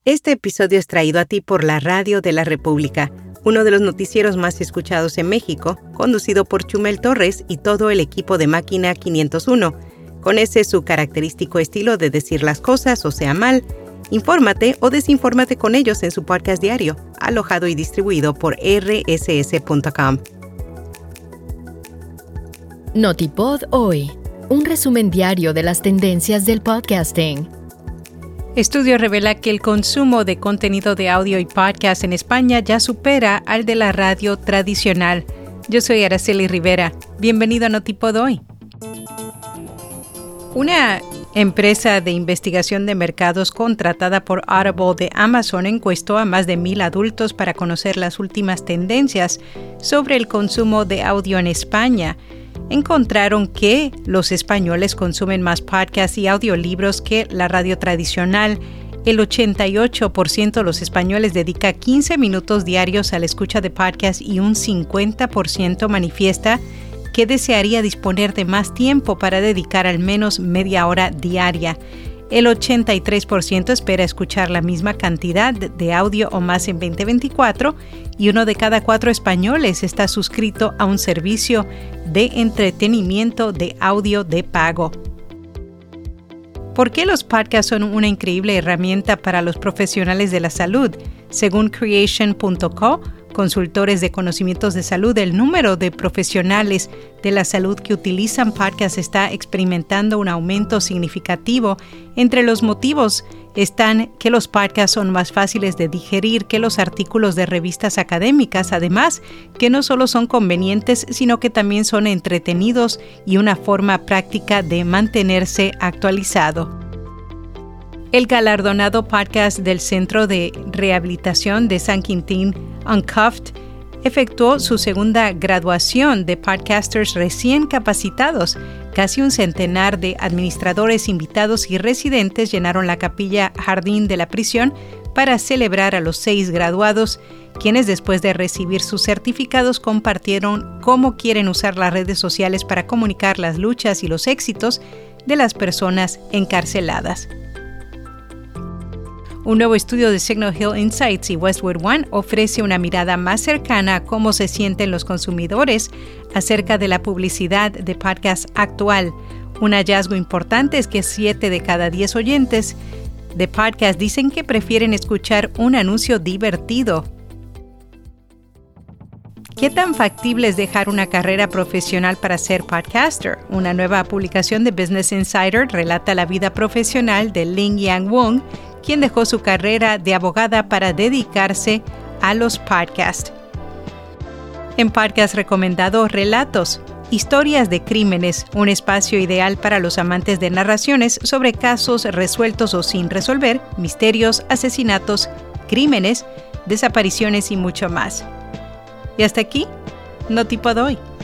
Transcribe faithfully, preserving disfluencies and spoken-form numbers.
Este episodio es traído a ti por la Radio de la República, uno de los noticieros más escuchados en México, conducido por Chumel Torres y todo el equipo de Máquina quinientos uno. Con ese su característico estilo de decir las cosas, o sea mal, infórmate o desinfórmate con ellos en su podcast diario, alojado y distribuido por erre ese ese punto com. Notipod hoy, un resumen diario de las tendencias del podcasting. Estudio revela que el consumo de contenido de audio y podcast en España ya supera al de la radio tradicional. Yo soy Araceli Rivera. Bienvenido a Notipod hoy. Una empresa de investigación de mercados contratada por Audible de Amazon encuestó a más de mil adultos para conocer las últimas tendencias sobre el consumo de audio en España. Encontraron que los españoles consumen más podcasts y audiolibros que la radio tradicional. El ochenta y ocho por ciento de los españoles dedica quince minutos diarios a la escucha de podcasts y un cincuenta por ciento manifiesta que desearía disponer de más tiempo para dedicar al menos media hora diaria. El ochenta y tres por ciento espera escuchar la misma cantidad de audio o más en veinte veinticuatro y uno de cada cuatro españoles está suscrito a un servicio de entretenimiento de audio de pago. ¿Por qué los podcasts son una increíble herramienta para los profesionales de la salud? Según creation punto co, consultores de conocimientos de salud, el número de profesionales de la salud que utilizan podcasts está experimentando un aumento significativo. Entre los motivos están que los podcasts son más fáciles de digerir que los artículos de revistas académicas, además que no solo son convenientes, sino que también son entretenidos y una forma práctica de mantenerse actualizado. El galardonado podcast del Centro de Rehabilitación de San Quintín, Uncuffed, efectuó su segunda graduación de podcasters recién capacitados. Casi un centenar de administradores, invitados y residentes llenaron la capilla jardín de la prisión para celebrar a los seis graduados, quienes después de recibir sus certificados compartieron cómo quieren usar las redes sociales para comunicar las luchas y los éxitos de las personas encarceladas. Un nuevo estudio de Signal Hill Insights y Westwood One ofrece una mirada más cercana a cómo se sienten los consumidores acerca de la publicidad de podcast actual. Un hallazgo importante es que siete de cada diez oyentes de podcast dicen que prefieren escuchar un anuncio divertido. ¿Qué tan factible es dejar una carrera profesional para ser podcaster? Una nueva publicación de Business Insider relata la vida profesional de Ling Yang Wong, quien dejó su carrera de abogada para dedicarse a los podcasts. En podcast recomendado, Relatos, historias de crímenes, un espacio ideal para los amantes de narraciones sobre casos resueltos o sin resolver, misterios, asesinatos, crímenes, desapariciones y mucho más. Y hasta aquí, Notipod hoy.